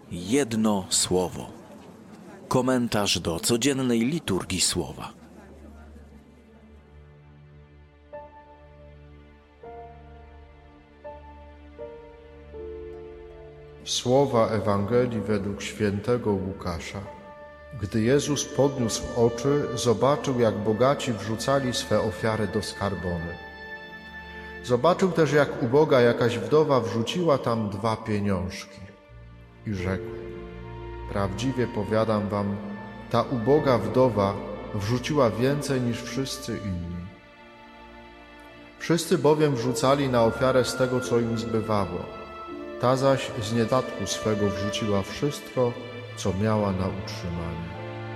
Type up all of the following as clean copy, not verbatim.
Jedno słowo. Komentarz do codziennej liturgii słowa. Słowa Ewangelii według świętego Łukasza. Gdy Jezus podniósł oczy, zobaczył, jak bogaci wrzucali swe ofiary do skarbony. Zobaczył też, jak uboga jakaś wdowa wrzuciła tam 2 pieniążki i rzekł: prawdziwie powiadam wam, ta uboga wdowa wrzuciła więcej niż wszyscy inni. Wszyscy bowiem wrzucali na ofiarę z tego, co im zbywało. Ta zaś z niedatku swego wrzuciła wszystko, co miała na utrzymanie.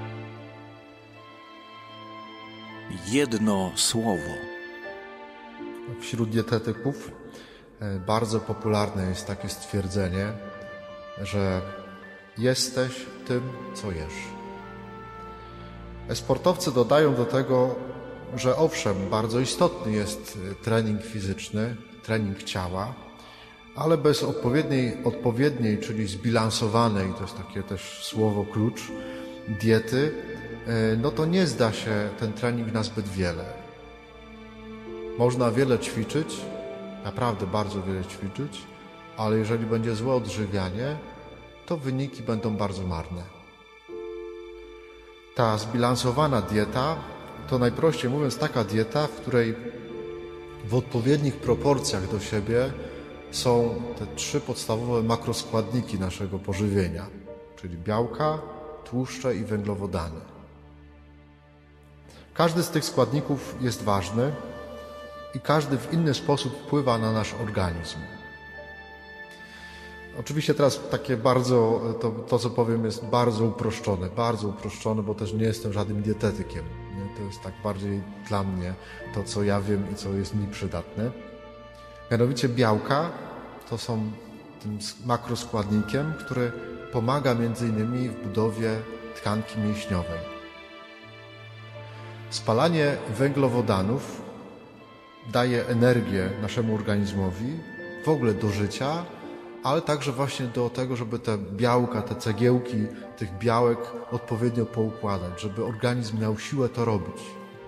Jedno słowo. Wśród dietetyków bardzo popularne jest takie stwierdzenie, że jesteś tym, co jesz. Sportowcy dodają do tego, że owszem, bardzo istotny jest trening fizyczny, trening ciała, ale bez odpowiedniej, czyli zbilansowanej, to jest takie też słowo klucz, diety, no to nie zda się ten trening na zbyt wiele. Można wiele ćwiczyć, naprawdę bardzo wiele ćwiczyć, ale jeżeli będzie złe odżywianie, to wyniki będą bardzo marne. Ta zbilansowana dieta to najprościej mówiąc taka dieta, w której w odpowiednich proporcjach do siebie są te 3 podstawowe makroskładniki naszego pożywienia, czyli białka, tłuszcze i węglowodany. Każdy z tych składników jest ważny i każdy w inny sposób wpływa na nasz organizm. Oczywiście teraz takie bardzo, to co powiem jest bardzo uproszczone, bo też nie jestem żadnym dietetykiem. Nie? To jest tak bardziej dla mnie to, co ja wiem i co jest mi przydatne. Mianowicie białka to są tym makroskładnikiem, który pomaga m.in. w budowie tkanki mięśniowej. Spalanie węglowodanów daje energię naszemu organizmowi, w ogóle do życia, ale także właśnie do tego, żeby te białka, te cegiełki tych białek odpowiednio poukładać, żeby organizm miał siłę to robić.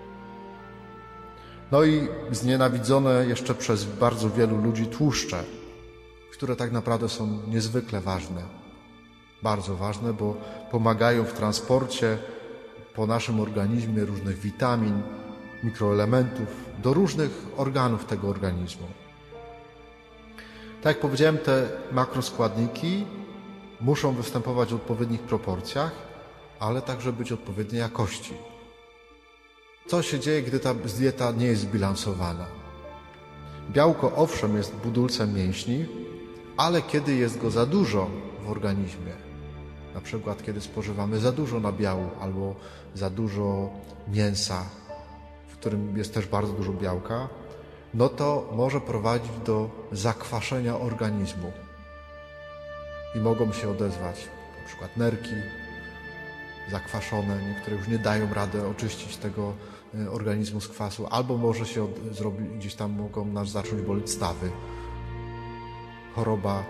No i znienawidzone jeszcze przez bardzo wielu ludzi tłuszcze, które tak naprawdę są niezwykle ważne. Bardzo ważne, bo pomagają w transporcie po naszym organizmie różnych witamin, mikroelementów do różnych organów tego organizmu. Tak jak powiedziałem, te makroskładniki muszą występować w odpowiednich proporcjach, ale także być odpowiedniej jakości. Co się dzieje, gdy ta dieta nie jest zbilansowana? Białko owszem jest budulcem mięśni, ale kiedy jest go za dużo w organizmie, na przykład kiedy spożywamy za dużo nabiału albo za dużo mięsa, w którym jest też bardzo dużo białka, no to może prowadzić do zakwaszenia organizmu i mogą się odezwać na przykład nerki zakwaszone, niektóre już nie dają rady oczyścić tego organizmu z kwasu, albo może się zrobić, gdzieś tam mogą nas zacząć boleć stawy. Choroba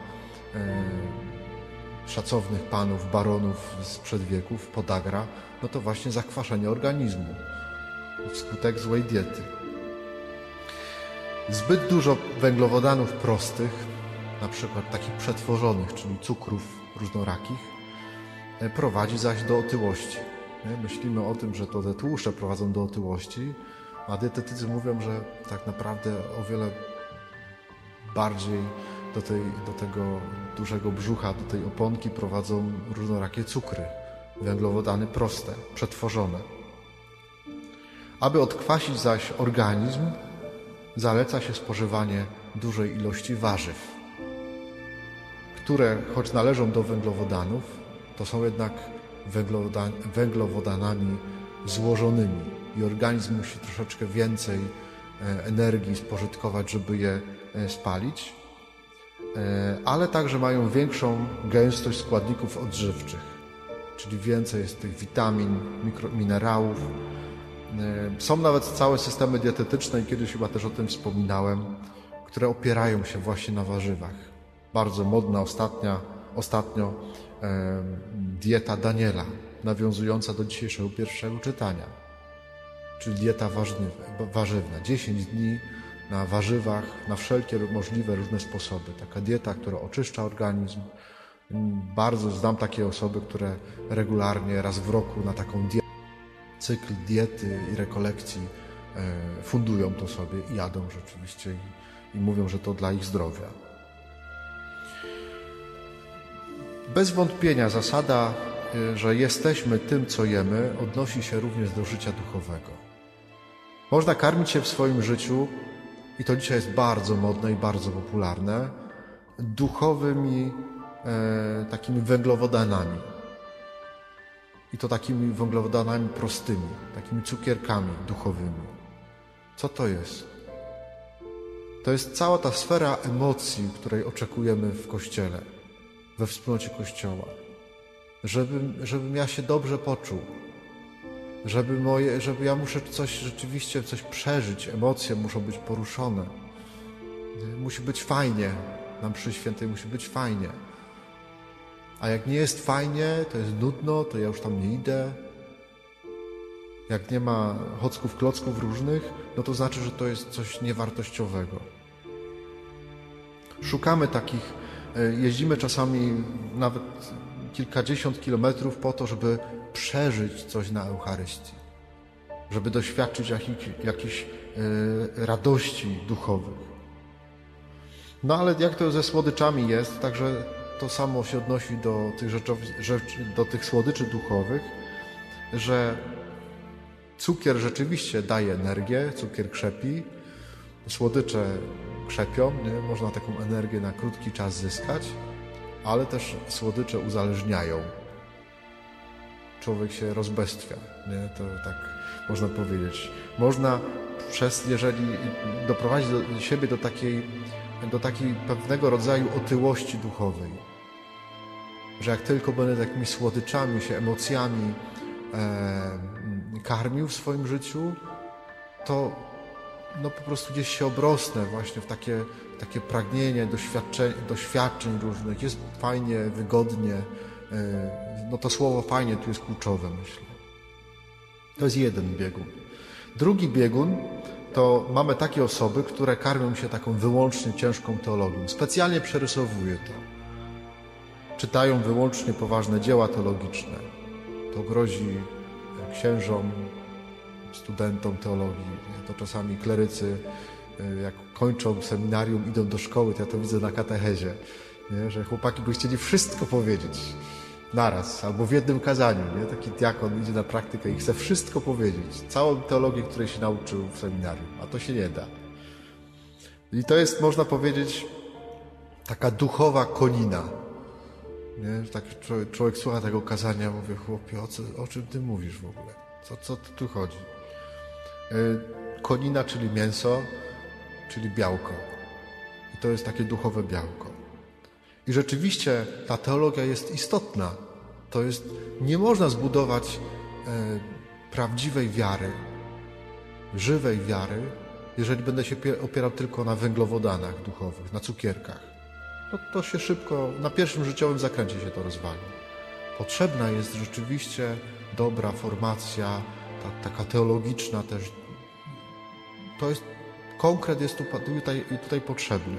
szacownych panów, baronów sprzed wieków, podagra, no to właśnie zakwaszenie organizmu wskutek złej diety. Zbyt dużo węglowodanów prostych, na przykład takich przetworzonych, czyli cukrów różnorakich, prowadzi zaś do otyłości. Myślimy o tym, że to te tłuszcze prowadzą do otyłości, a dietetycy mówią, że tak naprawdę o wiele bardziej do tego dużego brzucha, do tej oponki prowadzą różnorakie cukry, węglowodany proste, przetworzone. Aby odkwasić zaś organizm, zaleca się spożywanie dużej ilości warzyw, które choć należą do węglowodanów, to są jednak węglowodanami złożonymi i organizm musi troszeczkę więcej energii spożytkować, żeby je spalić, ale także mają większą gęstość składników odżywczych, czyli więcej jest tych witamin, minerałów. Są nawet całe systemy dietetyczne i kiedyś chyba też o tym wspominałem, które opierają się właśnie na warzywach. Bardzo modna ostatnio dieta Daniela, nawiązująca do dzisiejszego pierwszego czytania, czyli dieta warzywna. 10 dni na warzywach, na wszelkie możliwe różne sposoby. Taka dieta, która oczyszcza organizm. Bardzo znam takie osoby, które regularnie raz w roku na taką cykl diety i rekolekcji fundują to sobie i jadą rzeczywiście i mówią, że to dla ich zdrowia. Bez wątpienia zasada, że jesteśmy tym, co jemy, odnosi się również do życia duchowego. Można karmić się w swoim życiu, i to dzisiaj jest bardzo modne i bardzo popularne, duchowymi takimi węglowodanami. I to takimi węglowodanami prostymi, takimi cukierkami duchowymi. Co to jest? To jest cała ta sfera emocji, której oczekujemy w Kościele, we wspólnocie Kościoła. Żebym ja się dobrze poczuł, żeby ja muszę rzeczywiście coś przeżyć, emocje muszą być poruszone. Musi być fajnie, na mszy świętej musi być fajnie. A jak nie jest fajnie, to jest nudno, to ja już tam nie idę. Jak nie ma chocków, klocków różnych, no to znaczy, że to jest coś niewartościowego. Szukamy takich, jeździmy czasami nawet kilkadziesiąt kilometrów po to, żeby przeżyć coś na Eucharystii, żeby doświadczyć jakichś radości duchowych. No ale jak to ze słodyczami jest, także to samo się odnosi do tych do tych słodyczy duchowych, że cukier rzeczywiście daje energię, cukier krzepi, słodycze krzepią, nie? Można taką energię na krótki czas zyskać, ale też słodycze uzależniają. Człowiek się rozbestwia, nie? To tak można powiedzieć. Można jeżeli doprowadzić do siebie do takiej pewnego rodzaju otyłości duchowej, że jak tylko będę takimi słodyczami się, emocjami karmił w swoim życiu, to no po prostu gdzieś się obrosnę właśnie w takie pragnienie doświadczeń różnych. Jest fajnie, wygodnie. No to słowo fajnie tu jest kluczowe, myślę. To jest jeden biegun. Drugi biegun to mamy takie osoby, które karmią się taką wyłącznie ciężką teologią. Specjalnie przerysowuję to. Czytają wyłącznie poważne dzieła teologiczne. To grozi księżom, studentom teologii. To czasami klerycy, jak kończą seminarium, idą do szkoły, to ja to widzę na katechezie, nie? Że chłopaki by chcieli wszystko powiedzieć naraz, albo w jednym kazaniu. Nie? Taki diakon idzie na praktykę i chce wszystko powiedzieć. Całą teologię, której się nauczył w seminarium, a to się nie da. I to jest, można powiedzieć, taka duchowa konina. Nie? Tak człowiek słucha tego kazania, mówi: chłopie, o czym ty mówisz w ogóle? Co tu chodzi? Konina, czyli mięso, czyli białko. I to jest takie duchowe białko. I rzeczywiście ta teologia jest istotna. Nie można zbudować prawdziwej wiary, żywej wiary, jeżeli będę się opierał tylko na węglowodanach duchowych, na cukierkach. To się szybko, na pierwszym życiowym zakręcie się to rozwali. Potrzebna jest rzeczywiście dobra formacja, taka teologiczna też. Konkret jest tutaj potrzebny.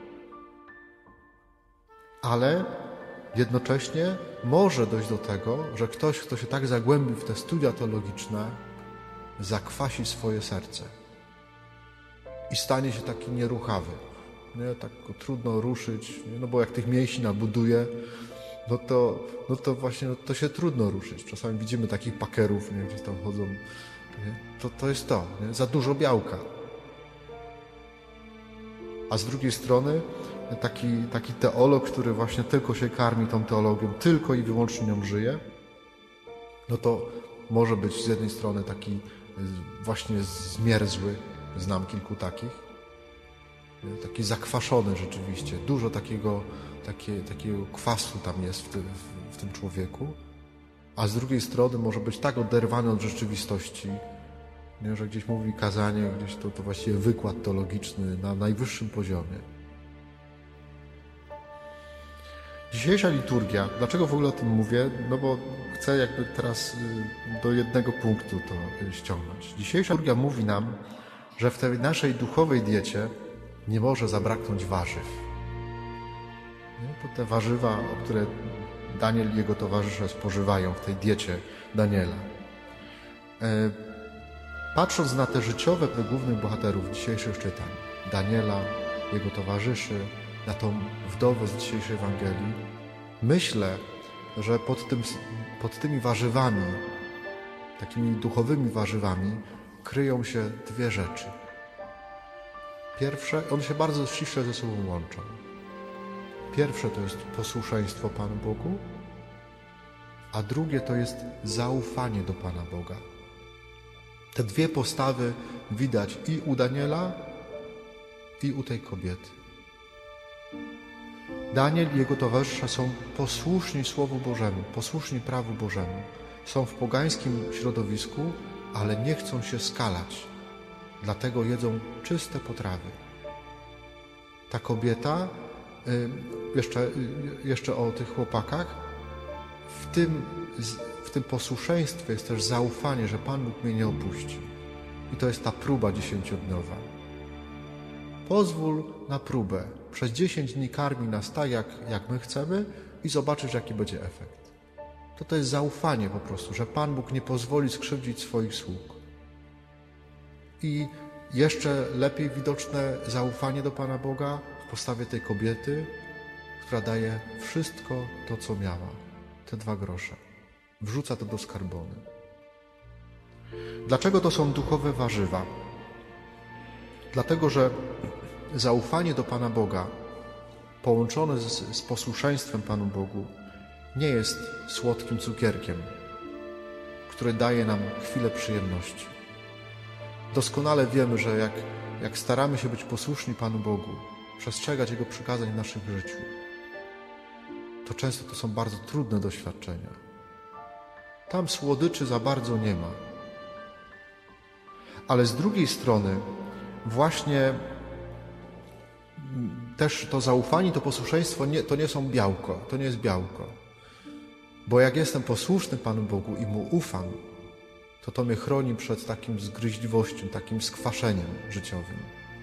Ale jednocześnie może dojść do tego, że ktoś, kto się tak zagłębi w te studia teologiczne, zakwasi swoje serce i stanie się taki nieruchawy. Nie? Tak go trudno ruszyć, nie? No bo jak tych mięśni nabuduje, no to właśnie to się trudno ruszyć. Czasami widzimy takich pakerów, nie? Gdzieś tam chodzą. Nie? To jest to, nie? Za dużo białka. A z drugiej strony taki teolog, który właśnie tylko się karmi tą teologią, tylko i wyłącznie nią żyje, no to może być z jednej strony taki właśnie zmierzły, znam kilku takich, taki zakwaszony rzeczywiście, dużo takiego kwasu tam jest w tym człowieku, a z drugiej strony może być tak oderwany od rzeczywistości, nie, że gdzieś mówi kazanie, gdzieś to właściwie wykład teologiczny na najwyższym poziomie. Dzisiejsza liturgia, dlaczego w ogóle o tym mówię? No bo chcę jakby teraz do jednego punktu to ściągnąć. Dzisiejsza liturgia mówi nam, że w tej naszej duchowej diecie nie może zabraknąć warzyw. To te warzywa, które Daniel i jego towarzysze spożywają w tej diecie Daniela. Patrząc na te życiowe głównych bohaterów dzisiejszych czytań, Daniela, jego towarzyszy, na tą wdowę z dzisiejszej Ewangelii, myślę, że pod tymi warzywami, takimi duchowymi warzywami, kryją się dwie rzeczy. Pierwsze, one się bardzo ściśle ze sobą łączą. Pierwsze to jest posłuszeństwo Panu Bogu, a drugie to jest zaufanie do Pana Boga. Te dwie postawy widać i u Daniela, i u tej kobiety. Daniel i jego towarzysze są posłuszni Słowu Bożemu, posłuszni prawu Bożemu. Są w pogańskim środowisku, ale nie chcą się skalać. Dlatego jedzą czyste potrawy. Ta kobieta, jeszcze o tych chłopakach, w tym posłuszeństwie jest też zaufanie, że Pan Bóg mnie nie opuści. I to jest ta próba 10-dniowa. Pozwól na próbę. Przez 10 dni karmi nas tak, jak my chcemy i zobaczysz, jaki będzie efekt. To jest zaufanie po prostu, że Pan Bóg nie pozwoli skrzywdzić swoich sług. I jeszcze lepiej widoczne zaufanie do Pana Boga w postawie tej kobiety, która daje wszystko to, co miała. Te 2 grosze. Wrzuca to do skarbony. Dlaczego to są duchowe warzywa? Dlatego, że zaufanie do Pana Boga połączone z posłuszeństwem Panu Bogu nie jest słodkim cukierkiem, który daje nam chwilę przyjemności. Doskonale wiemy, że jak staramy się być posłuszni Panu Bogu, przestrzegać Jego przykazań w naszym życiu, to często to są bardzo trudne doświadczenia. Tam słodyczy za bardzo nie ma. Ale z drugiej strony właśnie też to zaufanie, to posłuszeństwo to nie są białko, to nie jest białko. Bo jak jestem posłuszny Panu Bogu i Mu ufam, to mnie chroni przed takim zgryźliwością, takim skwaszeniem życiowym.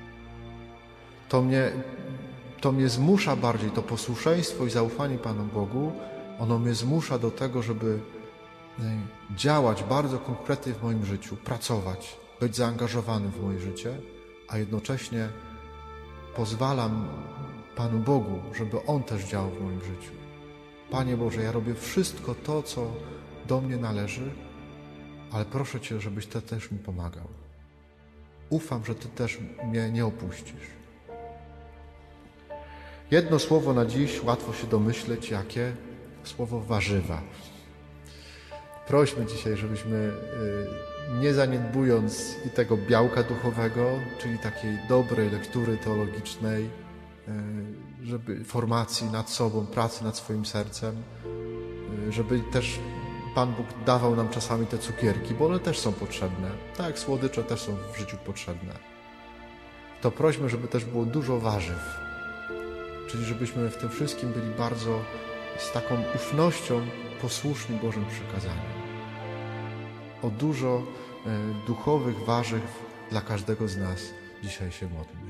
To mnie zmusza bardziej, to posłuszeństwo i zaufanie Panu Bogu, ono mnie zmusza do tego, żeby działać bardzo konkretnie w moim życiu, pracować, być zaangażowanym w moje życie, a jednocześnie pozwalam Panu Bogu, żeby On też działał w moim życiu. Panie Boże, ja robię wszystko to, co do mnie należy, ale proszę Cię, żebyś Ty też mi pomagał. Ufam, że Ty też mnie nie opuścisz. Jedno słowo na dziś, łatwo się domyśleć, jakie? Słowo warzywa. Prośmy dzisiaj, żebyśmy nie zaniedbując i tego białka duchowego, czyli takiej dobrej lektury teologicznej, żeby formacji nad sobą, pracy nad swoim sercem, żeby też Pan Bóg dawał nam czasami te cukierki, bo one też są potrzebne. Tak jak słodycze też są w życiu potrzebne. To prośmy, żeby też było dużo warzyw. Czyli żebyśmy w tym wszystkim byli bardzo z taką ufnością posłuszni Bożym przykazaniom. O dużo duchowych warzyw dla każdego z nas dzisiaj się modlę.